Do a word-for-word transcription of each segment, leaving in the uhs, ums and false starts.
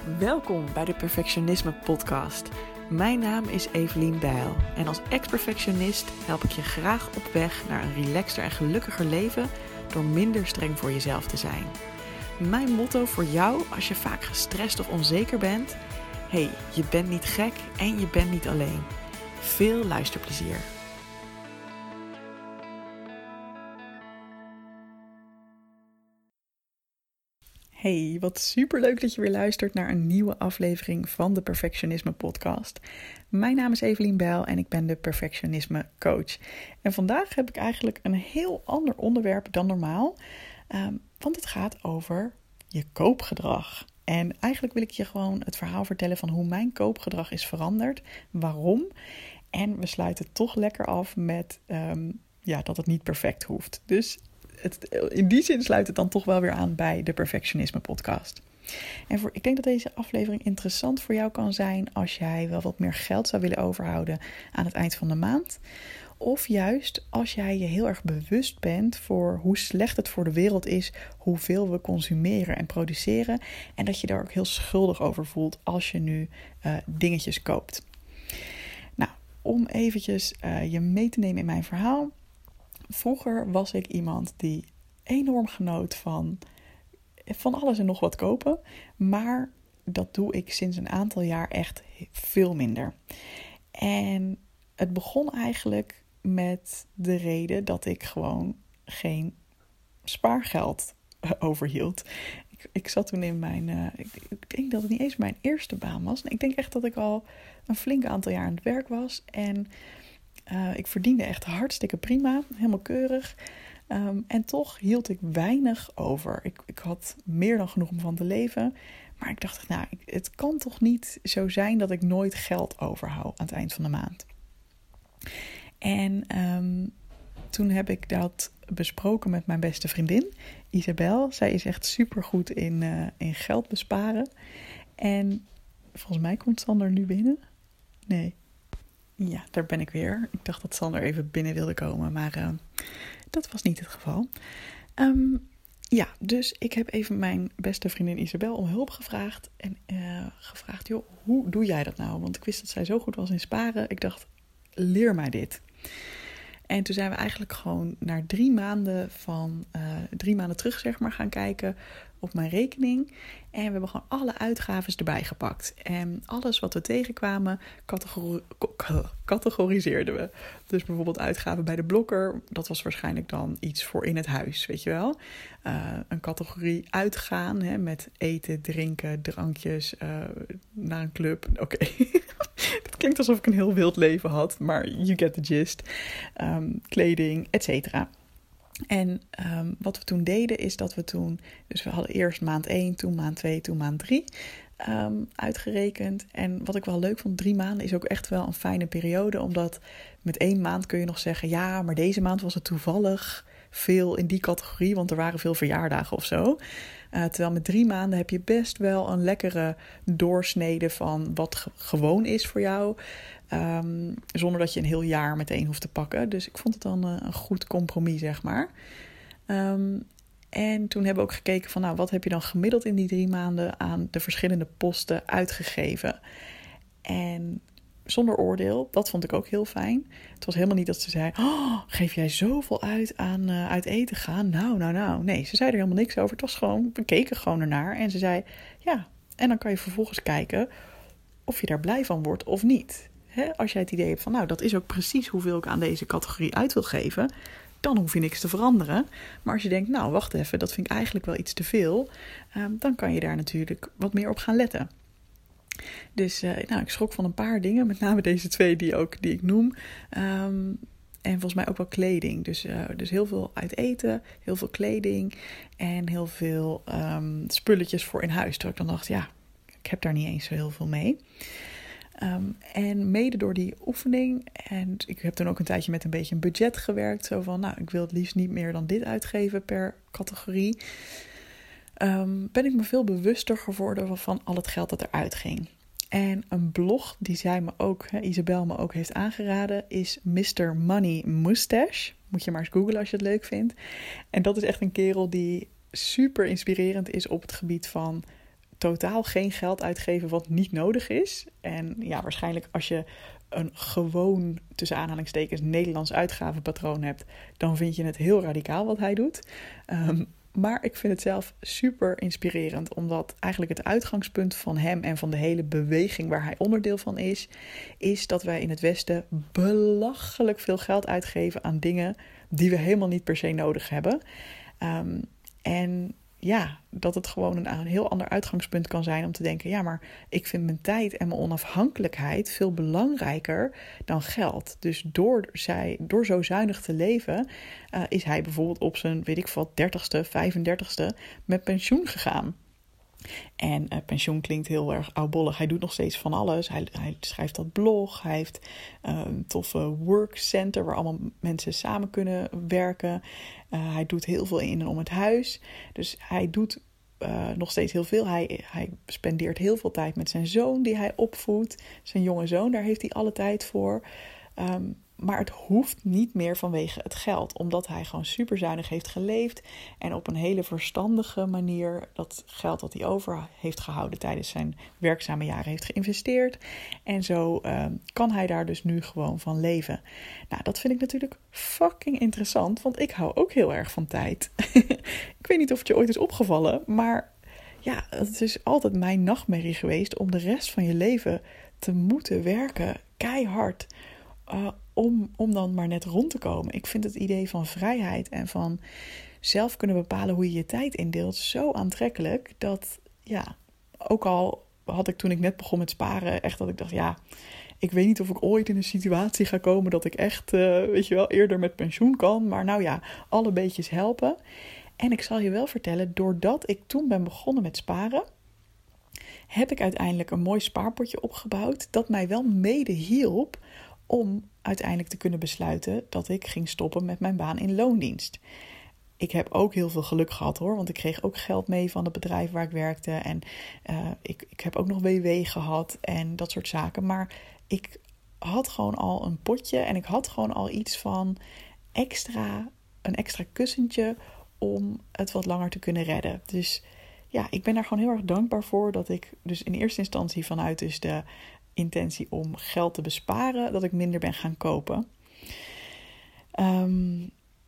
Welkom bij de Perfectionisme Podcast. Mijn naam is Evelien Bijl en als ex-perfectionist help ik je graag op weg naar een relaxter en gelukkiger leven door minder streng voor jezelf te zijn. Mijn motto voor jou als je vaak gestrest of onzeker bent: hey, je bent niet gek en je bent niet alleen. Veel luisterplezier. Hey, wat superleuk dat je weer luistert naar een nieuwe aflevering van de Perfectionisme Podcast. Mijn naam is Evelien Bijl en ik ben de Perfectionisme Coach. En vandaag heb ik eigenlijk een heel ander onderwerp dan normaal, um, want het gaat over je koopgedrag. En eigenlijk wil ik je gewoon het verhaal vertellen van hoe mijn koopgedrag is veranderd, waarom. En we sluiten toch lekker af met um, ja, dat het niet perfect hoeft. Dus Het, in die zin sluit het dan toch wel weer aan bij de Perfectionisme Podcast. En voor, ik denk dat deze aflevering interessant voor jou kan zijn als jij wel wat meer geld zou willen overhouden aan het eind van de maand. Of juist als jij je heel erg bewust bent voor hoe slecht het voor de wereld is, hoeveel we consumeren en produceren. En dat je daar ook heel schuldig over voelt als je nu uh, dingetjes koopt. Nou, om eventjes uh, je mee te nemen in mijn verhaal. Vroeger was ik iemand die enorm genoot van, van alles en nog wat kopen. Maar dat doe ik sinds een aantal jaar echt veel minder. En het begon eigenlijk met de reden dat ik gewoon geen spaargeld overhield. Ik, ik zat toen in mijn, uh, ik, ik denk dat het niet eens mijn eerste baan was. Ik denk echt dat ik al een flink aantal jaar aan het werk was. En Uh, ik verdiende echt hartstikke prima, helemaal keurig. Um, en toch hield ik weinig over. Ik, ik had meer dan genoeg om van te leven. Maar ik dacht, nou, ik, het kan toch niet zo zijn dat ik nooit geld overhoud aan het eind van de maand. En um, toen heb ik dat besproken met mijn beste vriendin, Isabel. Zij is echt supergoed in, uh, in geld besparen. En volgens mij komt Sander nu binnen. Nee. Ja, daar ben ik weer. Ik dacht dat Sander even binnen wilde komen, maar uh, dat was niet het geval. Um, ja, dus ik heb even mijn beste vriendin Isabel om hulp gevraagd. En uh, gevraagd, joh, hoe doe jij dat nou? Want ik wist dat zij zo goed was in sparen. Ik dacht, leer mij dit. En toen zijn we eigenlijk gewoon naar drie maanden van uh, drie maanden terug, zeg maar, gaan kijken op mijn rekening. En we hebben gewoon alle uitgaven erbij gepakt. En alles wat we tegenkwamen, categori- categoriseerden we. Dus bijvoorbeeld uitgaven bij de blokker, dat was waarschijnlijk dan iets voor in het huis, weet je wel. Uh, een categorie uitgaan, hè, met eten, drinken, drankjes, uh, naar een club. Oké, okay. Het klinkt alsof ik een heel wild leven had, maar you get the gist. Um, kleding, et cetera. En um, wat we toen deden is dat we toen, dus we hadden eerst maand één, toen maand twee, toen maand drie um, uitgerekend. En wat ik wel leuk vond, drie maanden is ook echt wel een fijne periode, omdat met één maand kun je nog zeggen, ja, maar deze maand was het toevallig veel in die categorie, want er waren veel verjaardagen of zo. Uh, terwijl met drie maanden heb je best wel een lekkere doorsnede van wat ge- gewoon is voor jou. Um, zonder dat je een heel jaar meteen hoeft te pakken. Dus ik vond het dan uh, een goed compromis, zeg maar. Um, en toen hebben we ook gekeken van, nou, wat heb je dan gemiddeld in die drie maanden aan de verschillende posten uitgegeven? En zonder oordeel, dat vond ik ook heel fijn. Het was helemaal niet dat ze zei, oh, geef jij zoveel uit aan uh, uit eten gaan? Nou, nou, nou. Nee, ze zei er helemaal niks over. Het was gewoon, we keken gewoon ernaar. En ze zei, ja, en dan kan je vervolgens kijken of je daar blij van wordt of niet. He, als jij het idee hebt van, nou, dat is ook precies hoeveel ik aan deze categorie uit wil geven, dan hoef je niks te veranderen. Maar als je denkt, nou, wacht even, dat vind ik eigenlijk wel iets te veel, um, dan kan je daar natuurlijk wat meer op gaan letten. Dus uh, nou, ik schrok van een paar dingen, met name deze twee die, ook, die ik noem. Um, en volgens mij ook wel kleding. Dus, uh, dus heel veel uit eten, heel veel kleding en heel veel um, spulletjes voor in huis. Terwijl ik dan dacht, ja, ik heb daar niet eens zo heel veel mee. Um, en mede door die oefening, en ik heb toen ook een tijdje met een beetje een budget gewerkt. Zo van, nou, ik wil het liefst niet meer dan dit uitgeven per categorie. Um, ben ik me veel bewuster geworden van al het geld dat eruit ging. En een blog die zij me ook, hè, Isabel me ook heeft aangeraden, is mister Money Mustache. Moet je maar eens googlen als je het leuk vindt. En dat is echt een kerel die super inspirerend is op het gebied van totaal geen geld uitgeven wat niet nodig is. En ja, waarschijnlijk als je een gewoon, tussen aanhalingstekens, Nederlands uitgavenpatroon hebt, dan vind je het heel radicaal wat hij doet. Um, maar ik vind het zelf super inspirerend, omdat eigenlijk het uitgangspunt van hem en van de hele beweging waar hij onderdeel van is, is dat wij in het Westen belachelijk veel geld uitgeven aan dingen die we helemaal niet per se nodig hebben. Um, en ja, dat het gewoon een, een heel ander uitgangspunt kan zijn om te denken, ja, maar ik vind mijn tijd en mijn onafhankelijkheid veel belangrijker dan geld. Dus door, zij, door zo zuinig te leven, uh, is hij bijvoorbeeld op zijn, weet ik wat, dertigste, vijfendertigste met pensioen gegaan. En uh, pensioen klinkt heel erg oudbollig. Hij doet nog steeds van alles. Hij, hij schrijft dat blog. Hij heeft uh, een toffe workcenter waar allemaal mensen samen kunnen werken. Uh, hij doet heel veel in en om het huis. Dus hij doet uh, nog steeds heel veel. Hij, hij spendeert heel veel tijd met zijn zoon die hij opvoedt. Zijn jonge zoon, daar heeft hij alle tijd voor. Um, Maar het hoeft niet meer vanwege het geld. Omdat hij gewoon super zuinig heeft geleefd. En op een hele verstandige manier dat geld dat hij over heeft gehouden tijdens zijn werkzame jaren heeft geïnvesteerd. En zo uh, kan hij daar dus nu gewoon van leven. Nou, dat vind ik natuurlijk fucking interessant. Want ik hou ook heel erg van tijd. Ik weet niet of het je ooit is opgevallen. Maar ja, het is altijd mijn nachtmerrie geweest om de rest van je leven te moeten werken. Keihard. Uh, om, om dan maar net rond te komen. Ik vind het idee van vrijheid en van zelf kunnen bepalen hoe je je tijd indeelt zo aantrekkelijk dat, ja, ook al had ik toen ik net begon met sparen echt dat ik dacht, ja, ik weet niet of ik ooit in een situatie ga komen dat ik echt, uh, weet je wel, eerder met pensioen kan. Maar nou ja, alle beetjes helpen. En ik zal je wel vertellen, doordat ik toen ben begonnen met sparen, heb ik uiteindelijk een mooi spaarpotje opgebouwd dat mij wel mede hielp om uiteindelijk te kunnen besluiten dat ik ging stoppen met mijn baan in loondienst. Ik heb ook heel veel geluk gehad hoor, want ik kreeg ook geld mee van het bedrijf waar ik werkte. En uh, ik, ik heb ook nog W W gehad en dat soort zaken. Maar ik had gewoon al een potje en ik had gewoon al iets van extra, een extra kussentje om het wat langer te kunnen redden. Dus ja, ik ben daar gewoon heel erg dankbaar voor dat ik dus in eerste instantie vanuit dus de intentie om geld te besparen, dat ik minder ben gaan kopen. Um,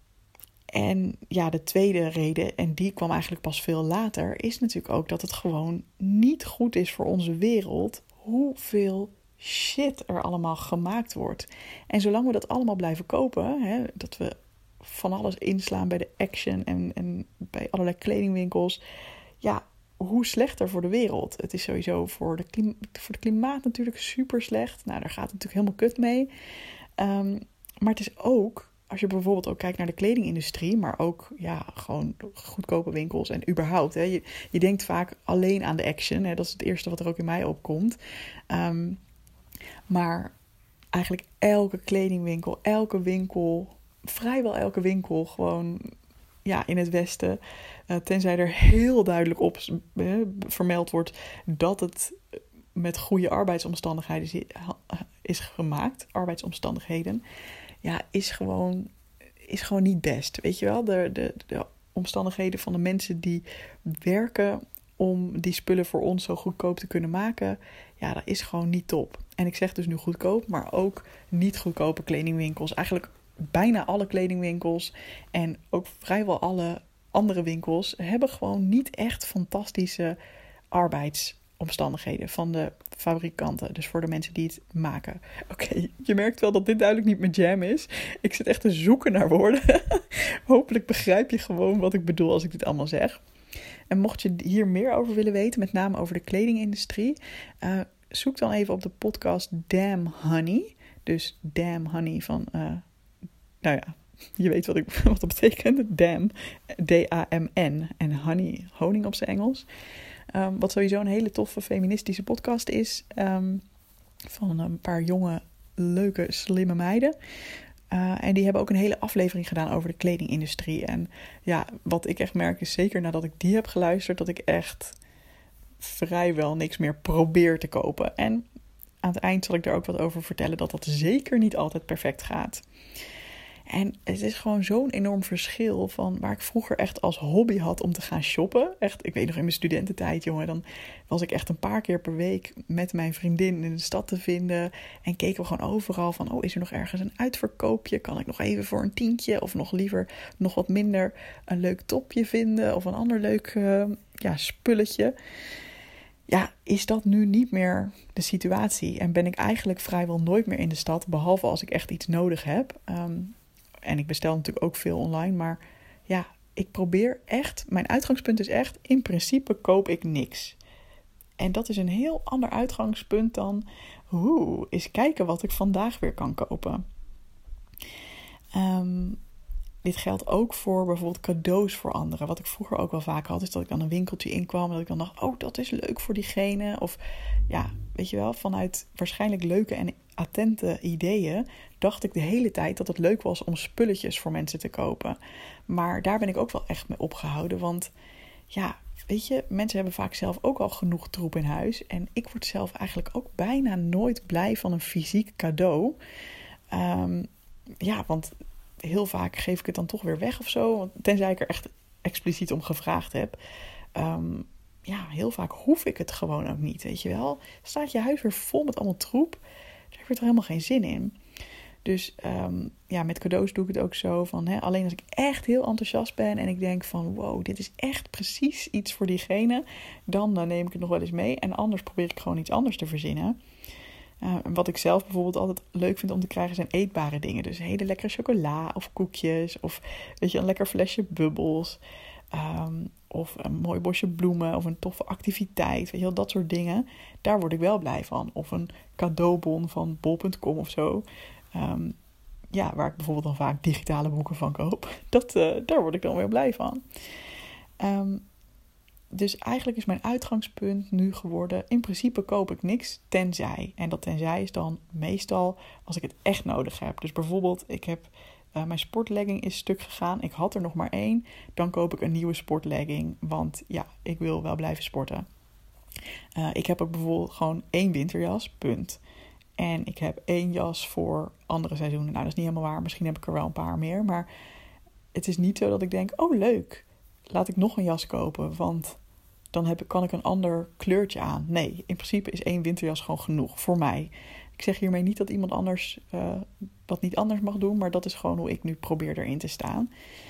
en ja, de tweede reden, en die kwam eigenlijk pas veel later, is natuurlijk ook dat het gewoon niet goed is voor onze wereld hoeveel shit er allemaal gemaakt wordt. En zolang we dat allemaal blijven kopen, hè, dat we van alles inslaan bij de Action en, en bij allerlei kledingwinkels, ja, hoe slechter voor de wereld. Het is sowieso voor de, klima- voor het klimaat natuurlijk super slecht. Nou, daar gaat het natuurlijk helemaal kut mee. Um, maar het is ook, als je bijvoorbeeld ook kijkt naar de kledingindustrie, maar ook ja, gewoon goedkope winkels en überhaupt. Hè, je, je denkt vaak alleen aan de Action. Hè, dat is het eerste wat er ook in mij opkomt. Um, maar eigenlijk elke kledingwinkel, elke winkel, vrijwel elke winkel gewoon, ja, in het Westen, uh, tenzij er heel duidelijk op uh, vermeld wordt dat het met goede arbeidsomstandigheden is gemaakt, arbeidsomstandigheden, ja, is gewoon, is gewoon niet best. Weet je wel, de, de, de omstandigheden van de mensen die werken om die spullen voor ons zo goedkoop te kunnen maken, ja, dat is gewoon niet top. En ik zeg dus nu goedkoop, maar ook niet goedkope kledingwinkels. Eigenlijk bijna alle kledingwinkels en ook vrijwel alle andere winkels hebben gewoon niet echt fantastische arbeidsomstandigheden van de fabrikanten. Dus voor de mensen die het maken. Oké, okay, je merkt wel dat dit duidelijk niet mijn jam is. Ik zit echt te zoeken naar woorden. Hopelijk begrijp je gewoon wat ik bedoel als ik dit allemaal zeg. En mocht je hier meer over willen weten, met name over de kledingindustrie, uh, zoek dan even op de podcast Damn Honey. Dus Damn Honey van, uh, nou ja, je weet wat, ik, wat dat betekent. Damn, D A M N. En honey, honing op zijn Engels. Um, wat sowieso een hele toffe feministische podcast is. Um, van een paar jonge, leuke, slimme meiden. Uh, en die hebben ook een hele aflevering gedaan over de kledingindustrie. En ja, wat ik echt merk is zeker nadat ik die heb geluisterd, dat ik echt vrijwel niks meer probeer te kopen. En aan het eind zal ik daar ook wat over vertellen, dat dat zeker niet altijd perfect gaat. En het is gewoon zo'n enorm verschil van waar ik vroeger echt als hobby had om te gaan shoppen. Echt, ik weet nog in mijn studententijd, jongen, dan was ik echt een paar keer per week met mijn vriendin in de stad te vinden. En keken we gewoon overal van, oh, is er nog ergens een uitverkoopje? Kan ik nog even voor een tientje of nog liever nog wat minder een leuk topje vinden of een ander leuk uh, ja, spulletje? Ja, is dat nu niet meer de situatie? En ben ik eigenlijk vrijwel nooit meer in de stad, behalve als ik echt iets nodig heb. Um, en ik bestel natuurlijk ook veel online, maar ja, ik probeer echt, mijn uitgangspunt is echt, in principe koop ik niks. En dat is een heel ander uitgangspunt dan, oeh, eens kijken wat ik vandaag weer kan kopen. Um, Dit geldt ook voor bijvoorbeeld cadeaus voor anderen. Wat ik vroeger ook wel vaak had, is dat ik dan een winkeltje inkwam en dat ik dan dacht, oh, dat is leuk voor diegene. Of ja, weet je wel, vanuit waarschijnlijk leuke en attente ideeën dacht ik de hele tijd dat het leuk was om spulletjes voor mensen te kopen. Maar daar ben ik ook wel echt mee opgehouden, want ja, weet je, mensen hebben vaak zelf ook al genoeg troep in huis. En ik word zelf eigenlijk ook bijna nooit blij van een fysiek cadeau. Um, ja, want heel vaak geef ik het dan toch weer weg of zo. Tenzij ik er echt expliciet om gevraagd heb. Um, ja, heel vaak hoef ik het gewoon ook niet, weet je wel. Staat je huis weer vol met allemaal troep. Daar heb je er helemaal geen zin in. Dus um, ja, met cadeaus doe ik het ook zo van, hè, alleen als ik echt heel enthousiast ben en ik denk van, wow, dit is echt precies iets voor diegene, dan, dan neem ik het nog wel eens mee. En anders probeer ik gewoon iets anders te verzinnen. Uh, wat ik zelf bijvoorbeeld altijd leuk vind om te krijgen zijn eetbare dingen. Dus hele lekkere chocola of koekjes of weet je, een lekker flesje bubbels. Um, of een mooi bosje bloemen of een toffe activiteit. Weet je wel, dat soort dingen. Daar word ik wel blij van. Of een cadeaubon van bol punt com of zo. Um, ja, waar ik bijvoorbeeld dan vaak digitale boeken van koop. Dat, uh, daar word ik dan weer blij van. Um, Dus eigenlijk is mijn uitgangspunt nu geworden, in principe koop ik niks tenzij. En dat tenzij is dan meestal als ik het echt nodig heb. Dus bijvoorbeeld, ik heb, uh, mijn sportlegging is stuk gegaan. Ik had er nog maar één. Dan koop ik een nieuwe sportlegging, want ja, ik wil wel blijven sporten. Uh, ik heb ook bijvoorbeeld gewoon één winterjas, punt. En ik heb één jas voor andere seizoenen. Nou, dat is niet helemaal waar. Misschien heb ik er wel een paar meer. Maar het is niet zo dat ik denk, oh leuk, laat ik nog een jas kopen, want dan heb ik, kan ik een ander kleurtje aan. Nee, in principe is één winterjas gewoon genoeg voor mij. Ik zeg hiermee niet dat iemand anders uh, wat niet anders mag doen, maar dat is gewoon hoe ik nu probeer erin te staan.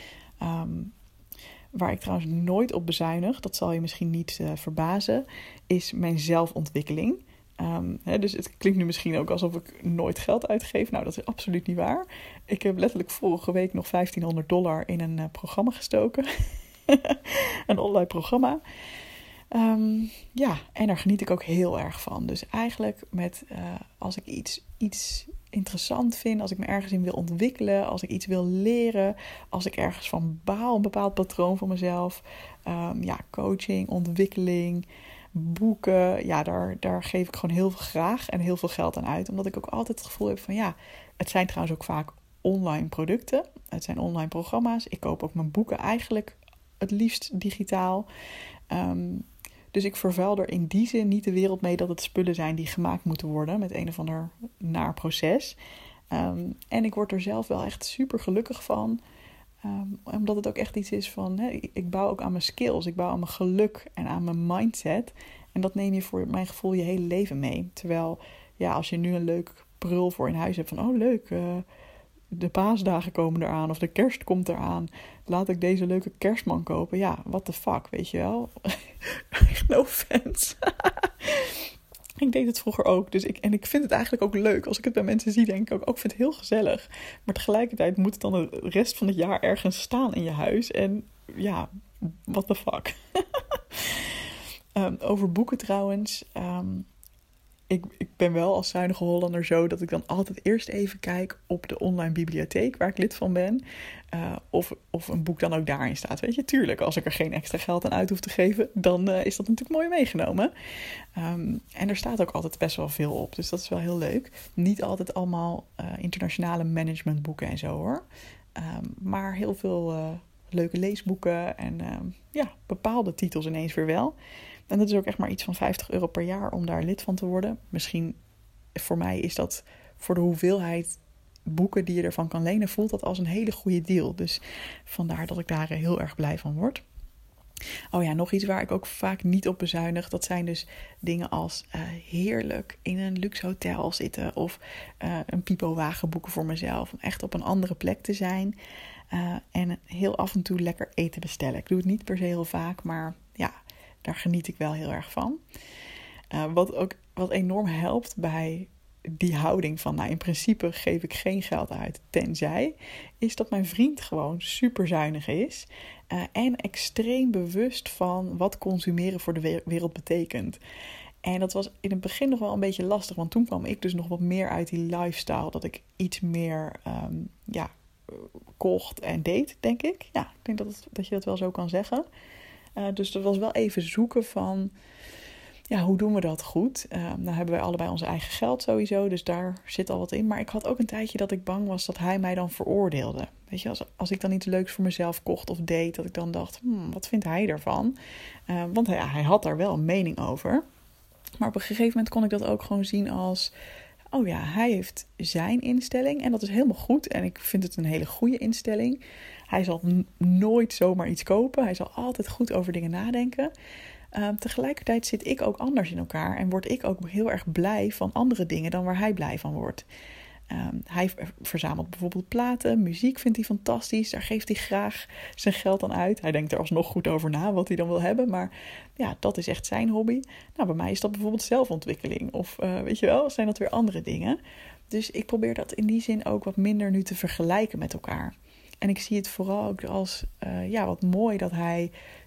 Um, waar ik trouwens nooit op bezuinig, dat zal je misschien niet uh, verbazen, is mijn zelfontwikkeling. Um, hè, dus het klinkt nu misschien ook alsof ik nooit geld uitgeef. Nou, dat is absoluut niet waar. Ik heb letterlijk vorige week nog vijftienhonderd dollar in een uh, programma gestoken. Een online programma. Um, ja, en daar geniet ik ook heel erg van. Dus eigenlijk met uh, als ik iets, iets interessant vind, als ik me ergens in wil ontwikkelen, als ik iets wil leren, als ik ergens van baal, een bepaald patroon van mezelf, um, ja, coaching, ontwikkeling, boeken, ja, daar, daar geef ik gewoon heel veel graag en heel veel geld aan uit. Omdat ik ook altijd het gevoel heb van, ja, het zijn trouwens ook vaak online producten. Het zijn online programma's. Ik koop ook mijn boeken eigenlijk het liefst digitaal. Um, dus ik vervuil er in die zin niet de wereld mee dat het spullen zijn die gemaakt moeten worden met een of ander naar proces. Um, en ik word er zelf wel echt super gelukkig van. Um, omdat het ook echt iets is van, hè, ik bouw ook aan mijn skills. Ik bouw aan mijn geluk en aan mijn mindset. En dat neem je voor mijn gevoel je hele leven mee. Terwijl, ja, als je nu een leuk brul voor in huis hebt van, oh leuk, uh, de paasdagen komen eraan of de kerst komt eraan. Laat ik deze leuke kerstman kopen. Ja, what the fuck, weet je wel. No offense. Ik deed het vroeger ook. Dus ik, en ik vind het eigenlijk ook leuk. Als ik het bij mensen zie, denk ik ook, oh, ik vind het heel gezellig. Maar tegelijkertijd moet het dan de rest van het jaar ergens staan in je huis. En ja, what the fuck. um, over boeken trouwens. Um, Ik, ik ben wel als zuinige Hollander zo dat ik dan altijd eerst even kijk op de online bibliotheek waar ik lid van ben. Uh, of, of een boek dan ook daarin staat. Weet je, tuurlijk, als ik er geen extra geld aan uit hoef te geven, dan uh, is dat natuurlijk mooi meegenomen. Um, en er staat ook altijd best wel veel op, dus dat is wel heel leuk. Niet altijd allemaal uh, internationale managementboeken en zo hoor. Um, maar heel veel uh, leuke leesboeken en uh, ja, bepaalde titels ineens weer wel. En dat is ook echt maar iets van vijftig euro per jaar om daar lid van te worden. Misschien voor mij is dat voor de hoeveelheid boeken die je ervan kan lenen, voelt dat als een hele goede deal. Dus vandaar dat ik daar heel erg blij van word. Oh ja, nog iets waar ik ook vaak niet op bezuinig. Dat zijn dus dingen als uh, heerlijk in een luxe hotel zitten. Of uh, een pipowagen boeken voor mezelf. Om echt op een andere plek te zijn. Uh, en heel af en toe lekker eten bestellen. Ik doe het niet per se heel vaak. Maar ja, daar geniet ik wel heel erg van. Uh, wat ook wat enorm helpt bij die houding van, nou in principe geef ik geen geld uit tenzij, is dat mijn vriend gewoon super zuinig is uh, en extreem bewust van wat consumeren voor de wereld betekent. En dat was in het begin nog wel een beetje lastig, want toen kwam ik dus nog wat meer uit die lifestyle, dat ik iets meer um, ja, kocht en deed, denk ik. Ja, ik denk dat, het, dat je dat wel zo kan zeggen. Uh, dus dat was wel even zoeken van, ja, hoe doen we dat goed? Uh, nou hebben wij allebei onze eigen geld sowieso, dus daar zit al wat in. Maar ik had ook een tijdje dat ik bang was dat hij mij dan veroordeelde. Weet je, als, als ik dan iets leuks voor mezelf kocht of deed, dat ik dan dacht, hmm, wat vindt hij ervan? Uh, want ja, hij had daar wel een mening over. Maar op een gegeven moment kon ik dat ook gewoon zien als, oh ja, hij heeft zijn instelling en dat is helemaal goed. En ik vind het een hele goede instelling. Hij zal n- nooit zomaar iets kopen. Hij zal altijd goed over dingen nadenken. Uh, tegelijkertijd zit ik ook anders in elkaar en word ik ook heel erg blij van andere dingen dan waar hij blij van wordt. Um, hij verzamelt bijvoorbeeld platen, muziek vindt hij fantastisch, daar geeft hij graag zijn geld aan uit. Hij denkt er alsnog goed over na wat hij dan wil hebben, maar ja, dat is echt zijn hobby. Nou, bij mij is dat bijvoorbeeld zelfontwikkeling of uh, weet je wel, zijn dat weer andere dingen. Dus ik probeer dat in die zin ook wat minder nu te vergelijken met elkaar. En ik zie het vooral ook als, uh, ja, wat mooi dat hij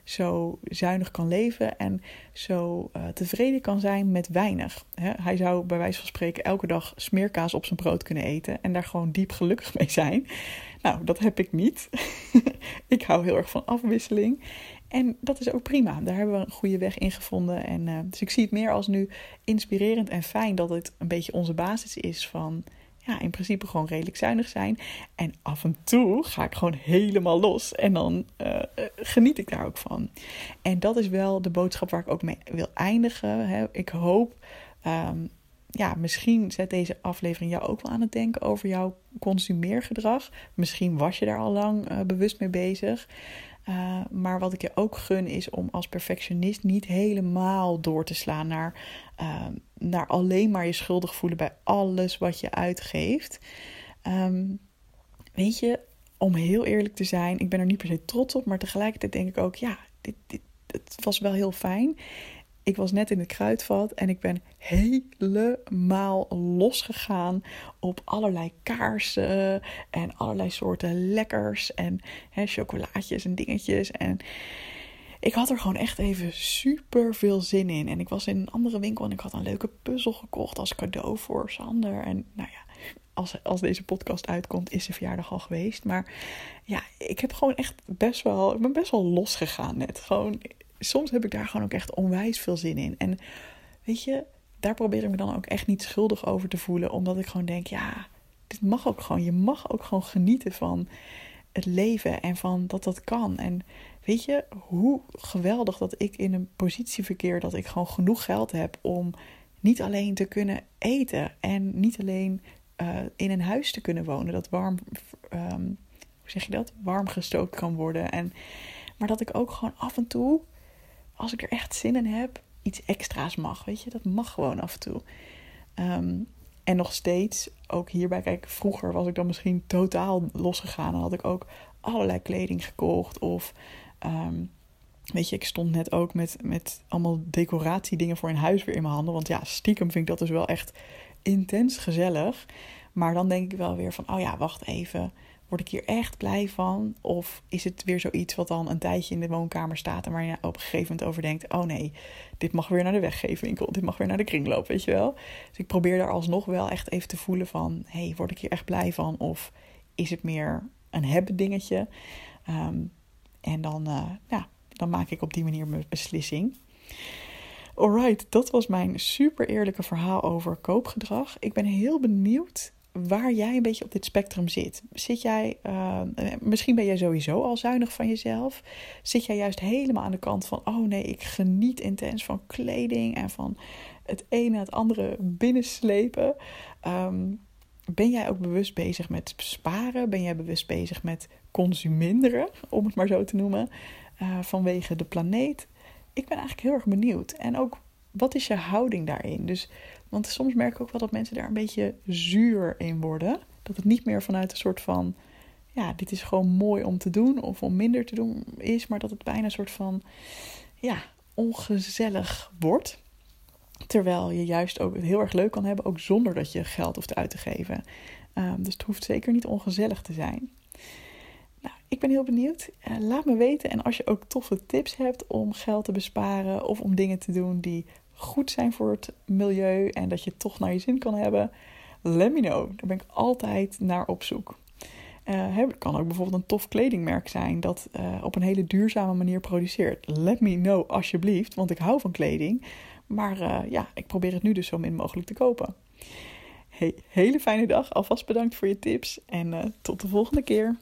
zo zuinig kan leven en zo uh, tevreden kan zijn met weinig. He, hij zou bij wijze van spreken elke dag smeerkaas op zijn brood kunnen eten en daar gewoon diep gelukkig mee zijn. Nou, dat heb ik niet. Ik hou heel erg van afwisseling. En dat is ook prima. Daar hebben we een goede weg in gevonden. En, uh, dus ik zie het meer als nu inspirerend en fijn dat het een beetje onze basis is van, ja, in principe gewoon redelijk zuinig zijn. En af en toe ga ik gewoon helemaal los. En dan uh, geniet ik daar ook van. En dat is wel de boodschap waar ik ook mee wil eindigen. Hè. Ik hoop, um, ja, misschien zet deze aflevering jou ook wel aan het denken over jouw consumeergedrag. Misschien was je daar al lang uh, bewust mee bezig. Uh, maar wat ik je ook gun is om als perfectionist niet helemaal door te slaan naar, uh, naar alleen maar je schuldig voelen bij alles wat je uitgeeft. Um, weet je, om heel eerlijk te zijn, ik ben er niet per se trots op, maar tegelijkertijd denk ik ook, ja, dit, dit, het was wel heel fijn. Ik was net in het kruidvat en ik ben helemaal losgegaan op allerlei kaarsen en allerlei soorten lekkers en hè, chocolaatjes en dingetjes. En ik had er gewoon echt even super veel zin in. En ik was in een andere winkel en ik had een leuke puzzel gekocht als cadeau voor Sander. En nou ja, als, als deze podcast uitkomt is de verjaardag al geweest. Maar ja, ik heb gewoon echt best wel, ik ben best wel losgegaan net. Gewoon, soms heb ik daar gewoon ook echt onwijs veel zin in. En weet je, daar probeer ik me dan ook echt niet schuldig over te voelen. Omdat ik gewoon denk, ja, dit mag ook gewoon. Je mag ook gewoon genieten van het leven en van dat dat kan. En weet je, hoe geweldig dat ik in een positie verkeer dat ik gewoon genoeg geld heb om niet alleen te kunnen eten en niet alleen uh, in een huis te kunnen wonen dat warm, um, hoe zeg je dat, warm gestookt kan worden. En, maar dat ik ook gewoon af en toe, als ik er echt zin in heb, iets extra's mag. Weet je, dat mag gewoon af en toe. Um, en nog steeds, ook hierbij, kijk, vroeger was ik dan misschien totaal losgegaan. Dan had ik ook allerlei kleding gekocht. Of, um, weet je, ik stond net ook met, met allemaal decoratiedingen voor in huis weer in mijn handen. Want ja, stiekem vind ik dat dus wel echt intens gezellig. Maar dan denk ik wel weer van, oh ja, wacht even. Word ik hier echt blij van? Of is het weer zoiets wat dan een tijdje in de woonkamer staat en waar je op een gegeven moment over denkt, oh nee, dit mag weer naar de weggeefwinkel, dit mag weer naar de kringloop, weet je wel? Dus ik probeer daar alsnog wel echt even te voelen van, hey, word ik hier echt blij van? Of is het meer een hebben dingetje? Um, en dan, uh, ja, dan maak ik op die manier mijn beslissing. Alright, dat was mijn super eerlijke verhaal over koopgedrag. Ik ben heel benieuwd waar jij een beetje op dit spectrum zit. Zit jij, uh, misschien ben jij sowieso al zuinig van jezelf. Zit jij juist helemaal aan de kant van, oh nee, ik geniet intens van kleding en van het ene het andere binnenslepen. Um, ben jij ook bewust bezig met sparen? Ben jij bewust bezig met consuminderen, om het maar zo te noemen, uh, vanwege de planeet? Ik ben eigenlijk heel erg benieuwd. En ook, wat is je houding daarin? Dus, want soms merk ik ook wel dat mensen daar een beetje zuur in worden. Dat het niet meer vanuit een soort van, ja, dit is gewoon mooi om te doen of om minder te doen is, maar dat het bijna een soort van, ja, ongezellig wordt. Terwijl je juist ook het heel erg leuk kan hebben, ook zonder dat je geld hoeft uit te geven. Um, dus het hoeft zeker niet ongezellig te zijn. Nou, ik ben heel benieuwd. Uh, laat me weten. En als je ook toffe tips hebt om geld te besparen of om dingen te doen die goed zijn voor het milieu en dat je toch naar je zin kan hebben, let me know. Daar ben ik altijd naar op zoek. Uh, het kan ook bijvoorbeeld een tof kledingmerk zijn dat uh, op een hele duurzame manier produceert. Let me know alsjeblieft, want ik hou van kleding. Maar uh, ja, ik probeer het nu dus zo min mogelijk te kopen. Hey, hele fijne dag. Alvast bedankt voor je tips. En uh, tot de volgende keer.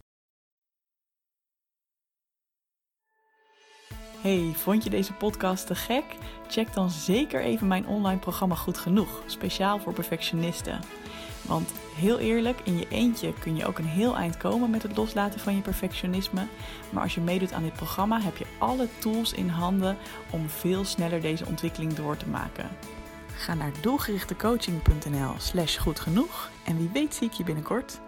Hey, vond je deze podcast te gek? Check dan zeker even mijn online programma Goed Genoeg. Speciaal voor perfectionisten. Want heel eerlijk, in je eentje kun je ook een heel eind komen met het loslaten van je perfectionisme. Maar als je meedoet aan dit programma heb je alle tools in handen om veel sneller deze ontwikkeling door te maken. Ga naar doelgerichtecoaching punt n l slash goed genoeg en wie weet zie ik je binnenkort.